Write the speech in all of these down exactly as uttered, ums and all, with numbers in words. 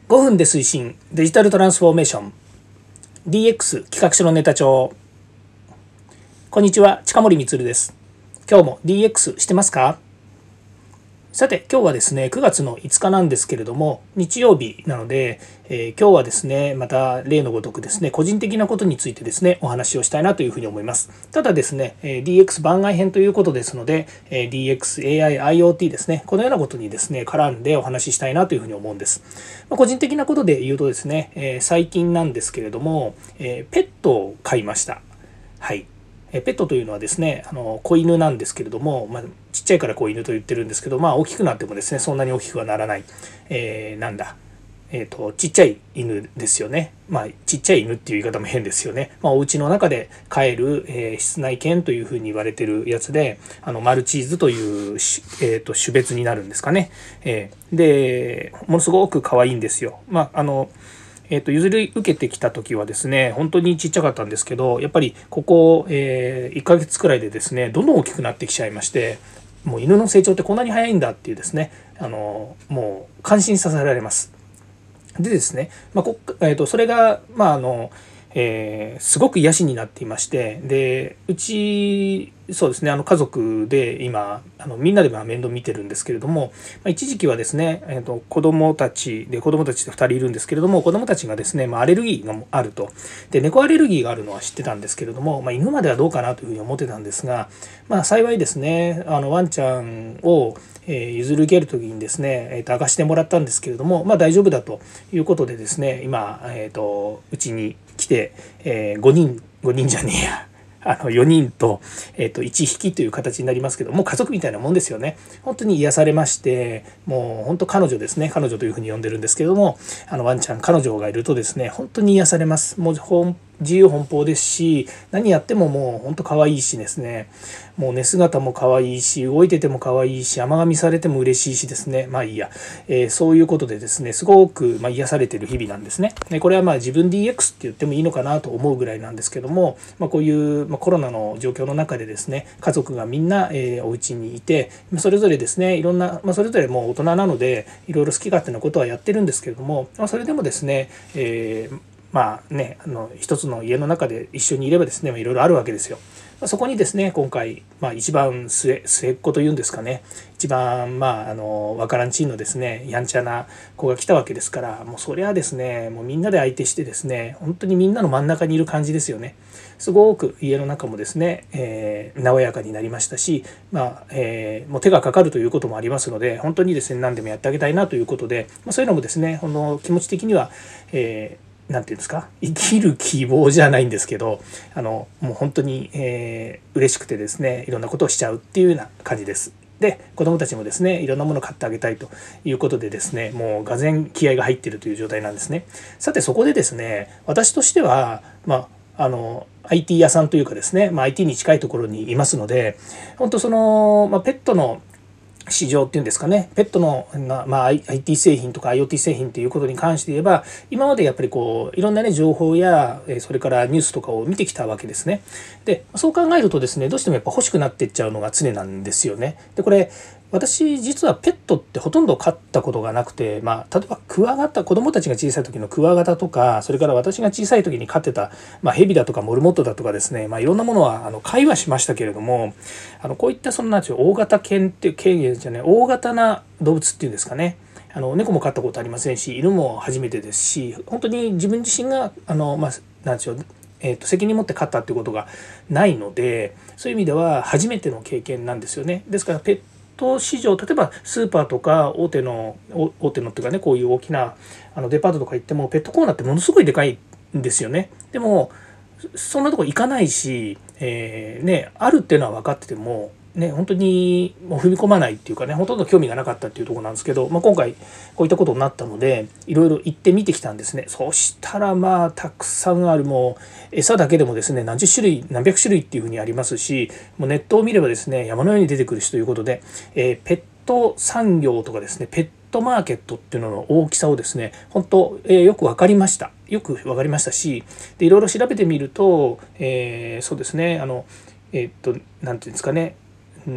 ごふんで推進デジタルトランスフォーメーション ディーエックス 企画書のネタ帳。こんにちは、近森光です。今日も ディーエックス してますか？さて、今日はですねくがつのいつかなんですけれども、日曜日なので、えー、今日はですねまた例のごとくですね個人的なことについてですねお話をしたいなというふうに思います。ただですね ディーエックス 番外編ということですので、 ディーエックス エーアイ IoT ですね、このようなことにですね絡んでお話ししたいなというふうに思うんです。まあ、個人的なことで言うとですね、えー、最近なんですけれども、えー、ペットを飼いました。はい。ペットというのはですね、あの子犬なんですけれども、まあ、ちっちゃいから子犬と言ってるんですけど、まあ、大きくなってもですねそんなに大きくはならない、えー、なんだ、えーと、ちっちゃい犬ですよね。まあ、ちっちゃい犬っていう言い方も変ですよね。まあ、お家の中で飼える、えー、室内犬というふうに言われてるやつで、あのマルチーズという、えーと、種別になるんですかね。えー、でものすごく可愛いんですよ。まああのえー、と譲り受けてきた時はですね本当にちっちゃかったんですけど、やっぱりここ、えー、いっかげつくらいでですねどんどん大きくなってきちゃいまして、もう犬の成長ってこんなに早いんだっていうですね、あのもう感心させられます。でですね、まあこえー、とそれがまああのえー、すごく癒しになっていまして、でうちそうですねあの家族で今あのみんなでまあ面倒見てるんですけれども、まあ、一時期はですね、えー、と子どもたちで子どもたちでふたりいるんですけれども、子どもたちがですね、まあ、アレルギーがあると。で猫アレルギーがあるのは知ってたんですけれども、まあ、犬まではどうかなというふうに思ってたんですが、まあ、幸いですねあのワンちゃんをえ譲り受ける時にですね、えー、と明かしてもらったんですけれども、まあ、大丈夫だということでですね今、えー、とうちに来て、えー、ごにんごにんじゃねえやあのよにんと、えー、といちひきという形になりますけども、家族みたいなもんですよね。本当に癒されまして、もう本当彼女ですね、彼女というふうに呼んでるんですけども、あのワンちゃん彼女がいるとですね本当に癒されます。もう自由奔放ですし、何やってももう本当可愛いしですね、もう寝姿も可愛いし、動いてても可愛いし、甘噛みされても嬉しいしですね、まあいいや、えー、そういうことでですねすごくまあ癒されている日々なんですね。でこれはまあ自分 ディーエックス って言ってもいいのかなと思うぐらいなんですけども、まあ、こういうコロナの状況の中でですね家族がみんなえお家にいて、それぞれですねいろんな、まあ、それぞれもう大人なのでいろいろ好き勝手なことはやってるんですけれども、まあ、それでもですね、えーまあね、あの一つの家の中で一緒にいればですねいろいろあるわけですよ。そこにですね今回、まあ、一番末末っ子というんですかね、一番まああのわからんちんのですねやんちゃな子が来たわけですから、もうそれはですねもうみんなで相手してですね本当にみんなの真ん中にいる感じですよね。すごく家の中もですね、えー、和やかになりましたし、まあえー、もう手がかかるということもありますので、本当にですね何でもやってあげたいなということで、まあ、そういうのもですねこの気持ち的には、えーなんていうんですか、生きる希望じゃないんですけど、あのもう本当に、えー、嬉しくてですねいろんなことをしちゃうっていうような感じです。で子どもたちもですねいろんなものを買ってあげたいということでですねもうがぜん気合が入っているという状態なんですね。さてそこでですね私としてはまああの アイティー 屋さんというかですね、まあ、アイティー に近いところにいますので、本当その、まあ、ペットの市場っていうんですかね、ペットの、まあ、アイティー 製品とか IoT 製品ということに関して言えば、今までやっぱりこういろんなね情報やそれからニュースとかを見てきたわけですね。でそう考えるとですねどうしてもやっぱ欲しくなっていっちゃうのが常なんですよね。でこれ私実はペットってほとんど飼ったことがなくて、まあ、例えばクワガタ、子供たちが小さい時のクワガタとか、それから私が小さい時に飼ってた、まあ、ヘビだとかモルモットだとかですね、まあ、いろんなものはあの飼いはしましたけれども、あのこういったそのなんていう大型犬っていう犬じゃない大型な動物っていうんですかね、あの猫も飼ったことありませんし、犬も初めてですし、本当に自分自身があの、まあ、なんでしょう、えー、と責任持って飼ったっていうことがないので、そういう意味では初めての経験なんですよね。ですからペット市場、例えばスーパーとか大手の大手のっていうかね、こういう大きなあのデパートとか行ってもペットコーナーってものすごいでかいんですよね。でもそんなとこ行かないし、えーね、あるっていうのは分かっててもね、本当にもう踏み込まないっていうかね、ほとんど興味がなかったっていうところなんですけど、まあ、今回こういったことになったのでいろいろ行ってみてきたんですね。そしたらまあたくさんある、もう餌だけでもですね何十種類何百種類っていうふうにありますし、もうネットを見ればですね山のように出てくるしということで、えー、ペット産業とかですねペットマーケットっていうのの大きさをですね本当、えー、よく分かりましたよく分かりましたし、でいろいろ調べてみると、えー、そうですねあのえー、っと何て言うんですかね、 うん、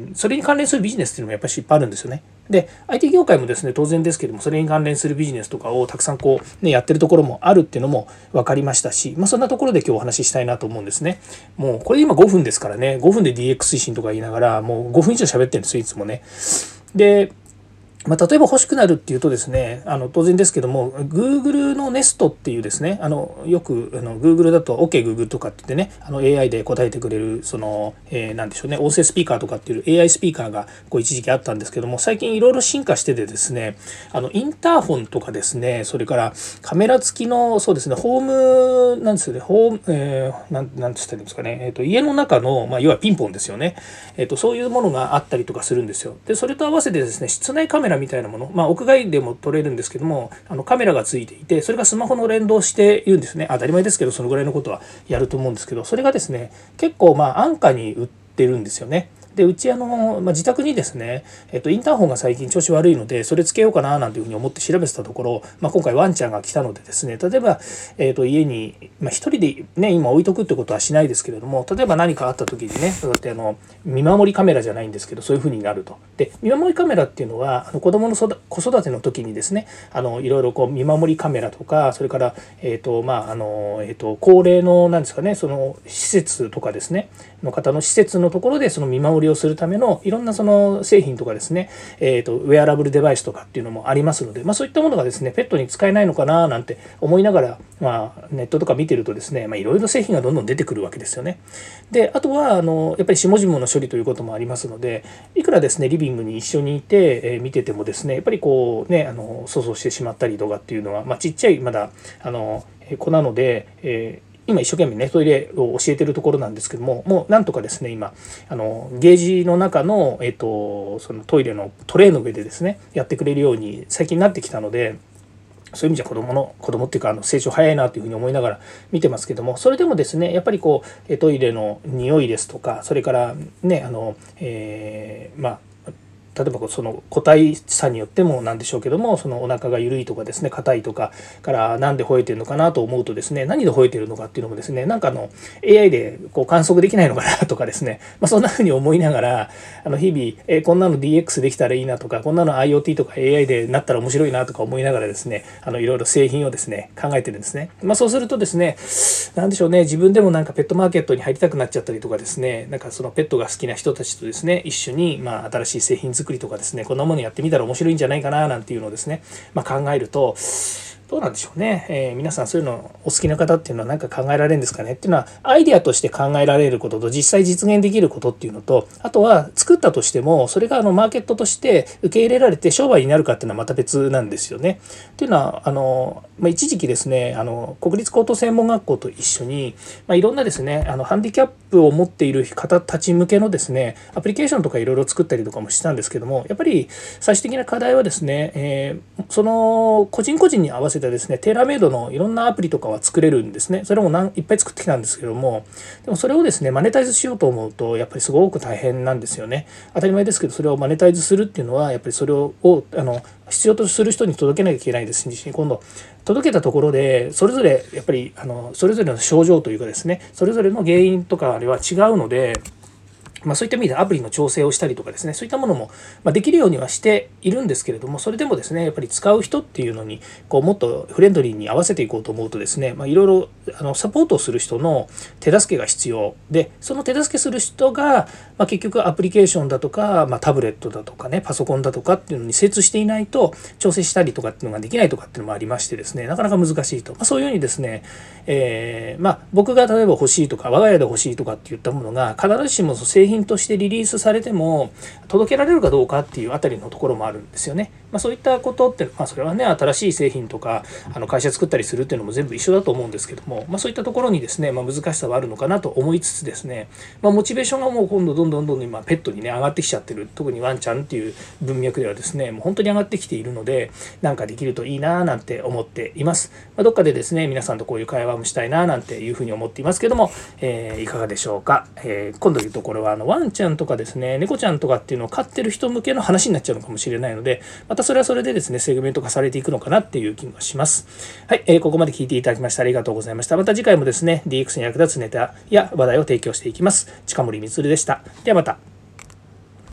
それに関連するビジネスっていうのもやっぱりいっぱいあるんですよね。で アイティー 業界もですね当然ですけども、それに関連するビジネスとかをたくさんこう、ね、やってるところもあるっていうのも分かりましたし、まあ、そんなところで今日お話ししたいなと思うんですね。もうこれ今ごふんですからね、ごふんで ディーエックス 推進とか言いながらもうごふん以上喋ってるんですよいつもね。でまあ、例えば欲しくなるっていうとですね、あの当然ですけども Google の Nest っていうですね、あのよくあの Google だと OKGoogle とかって言ってね、あの エーアイ で答えてくれるその、えー、なんでしょうね、音声スピーカーとかっていう エーアイ スピーカーがこう一時期あったんですけども、最近いろいろ進化しててですね、あのインターホンとかですね、それからカメラ付きのそうですねホームなんですよね、ホーム、えー、なんなんて言ったらいいんですかね、えー、と家の中の、まあ、要はピンポンですよね、えー、とそういうものがあったりとかするんですよ。でそれと合わせてですね、室内カメラみたいなもの、まあ屋外でも撮れるんですけども、あのカメラがついていて、それがスマホの連動しているんですね。当たり前ですけどそのぐらいのことはやると思うんですけど、それがですね結構まあ安価に売ってるんですよね。でうちあの、まあ、自宅にですね、えっと、インターホンが最近調子悪いのでそれつけようかななんていうふうに思って調べてたところ、まあ、今回ワンちゃんが来たのでですね、例えば、えっと、家に、まあ、一人でね今置いとくってことはしないですけれども、例えば何かあった時にね、そうやってあの見守りカメラじゃないんですけどそういうふうになると。で見守りカメラっていうのはあの子どものそだ子育ての時にですね、あのいろいろこう見守りカメラとか、それから、えっとまああのえっと、高齢のなんですかね、その施設とかですねの方の施設のところでその見守りをするためのいろんなその製品とかですね、えーと、ウェアラブルデバイスとかっていうのもありますので、まあ、そういったものがですねペットに使えないのかななんて思いながら、まあ、ネットとか見てるとですね、まあ、いろいろ製品がどんどん出てくるわけですよね。であとはあのやっぱり下々の処理ということもありますので、いくらですねリビングに一緒にいて、えー、見ててもですねやっぱりこうねあの粗相してしまったりとかっていうのは、まあ、ちっちゃいまだあの子なので、えー今一生懸命ねトイレを教えてるところなんですけども、もうなんとかですね今あのゲージの中の、えっと、そのトイレのトレーの上でですねやってくれるように最近なってきたので、そういう意味じゃ子供の子供っていうかあの成長早いなというふうに思いながら見てますけども、それでもですねやっぱりこうトイレの匂いですとか、それからねあの、えー、まあ例えばその個体差によってもなんでしょうけども、そのお腹が緩いとかですね硬いとかからなんで吠えてるのかなと思うとですね、何で吠えてるのかっていうのもですねなんかあの エーアイ でこう観測できないのかなとかですね、まあ、そんなふうに思いながらあの日々、えー、こんなの ディーエックス できたらいいなとか、こんなの IoT とか エーアイ でなったら面白いなとか思いながらですね、あのいろいろ製品をですね考えてるんですね。まあ、そうするとですねなんでしょうね、自分でもなんかペットマーケットに入りたくなっちゃったりとかですね、なんかそのペットが好きな人たちとですね一緒にまあ新しい製品作りとかですね、こんなものやってみたら面白いんじゃないかななんていうのをですね、まあ、考えるとどうなんでしょうね、えー、皆さんそういうのお好きな方っていうのは何か考えられるんですかねっていうのは、アイデアとして考えられることと実際実現できることっていうのと、あとは作ったとしてもそれがあのマーケットとして受け入れられて商売になるかっていうのはまた別なんですよね。っていうのはあの、まあ、一時期ですねあの国立高等専門学校と一緒に、まあ、いろんなですねあのハンディキャップを持っている方たち向けのですねアプリケーションとかいろいろ作ったりとかもしたんですけども、やっぱり最終的な課題はですね、えー、その個人個人に合わせてですねテーラーメイドのいろんなアプリとかは作れるんですね。それも何いっぱい作ってきたんですけども、でもそれをですねマネタイズしようと思うとやっぱりすごく大変なんですよね。当たり前ですけど、それをマネタイズするっていうのはやっぱりそれをあの必要とする人に届けなきゃいけないですし、今度届けたところでそれぞれやっぱりあのそれぞれの症状というかですね、それぞれの原因とかあれは違うので、まあ、そういった意味でアプリの調整をしたりとかですね、そういったものもできるようにはしているんですけれども、それでもですねやっぱり使う人っていうのにこうもっとフレンドリーに合わせていこうと思うとですね、まあ、いろいろあのサポートをする人の手助けが必要で、その手助けする人が、まあ、結局アプリケーションだとか、まあ、タブレットだとかねパソコンだとかっていうのに精通していないと調整したりとかっていうのができないとかっていうのもありましてですね、なかなか難しいと、まあ、そういうようにですね、えー、まあ僕が例えば欲しいとか我が家で欲しいとかっていったものが必ずしも製品としてリリースされても届けられるかどうかっていうあたりのところもあるんですよね。まあ、そういったことって、まあ、それはね新しい製品とかあの会社作ったりするっていうのも全部一緒だと思うんですけども、まあ、そういったところにですね、まあ、難しさはあるのかなと思いつつですね、まあ、モチベーションがもう今度どんどんどんどん今ペットにね上がってきちゃってる、特にワンちゃんっていう文脈ではですねもう本当に上がってきているので、なんかできるといいななんて思っています。まあ、どっかでですね皆さんとこういう会話もしたいななんていうふうに思っていますけども、えー、いかがでしょうか。えー、今度言うところはあのワンちゃんとかですね猫ちゃんとかっていうのを飼ってる人向けの話になっちゃうのかもしれないので、またそれはそれでですねセグメント化されていくのかなっていう気がします。はい、えー、ここまで聞いていただきましてありがとうございました。また次回もですね ディーエックス に役立つネタや話題を提供していきます。近森光でした。ではまた。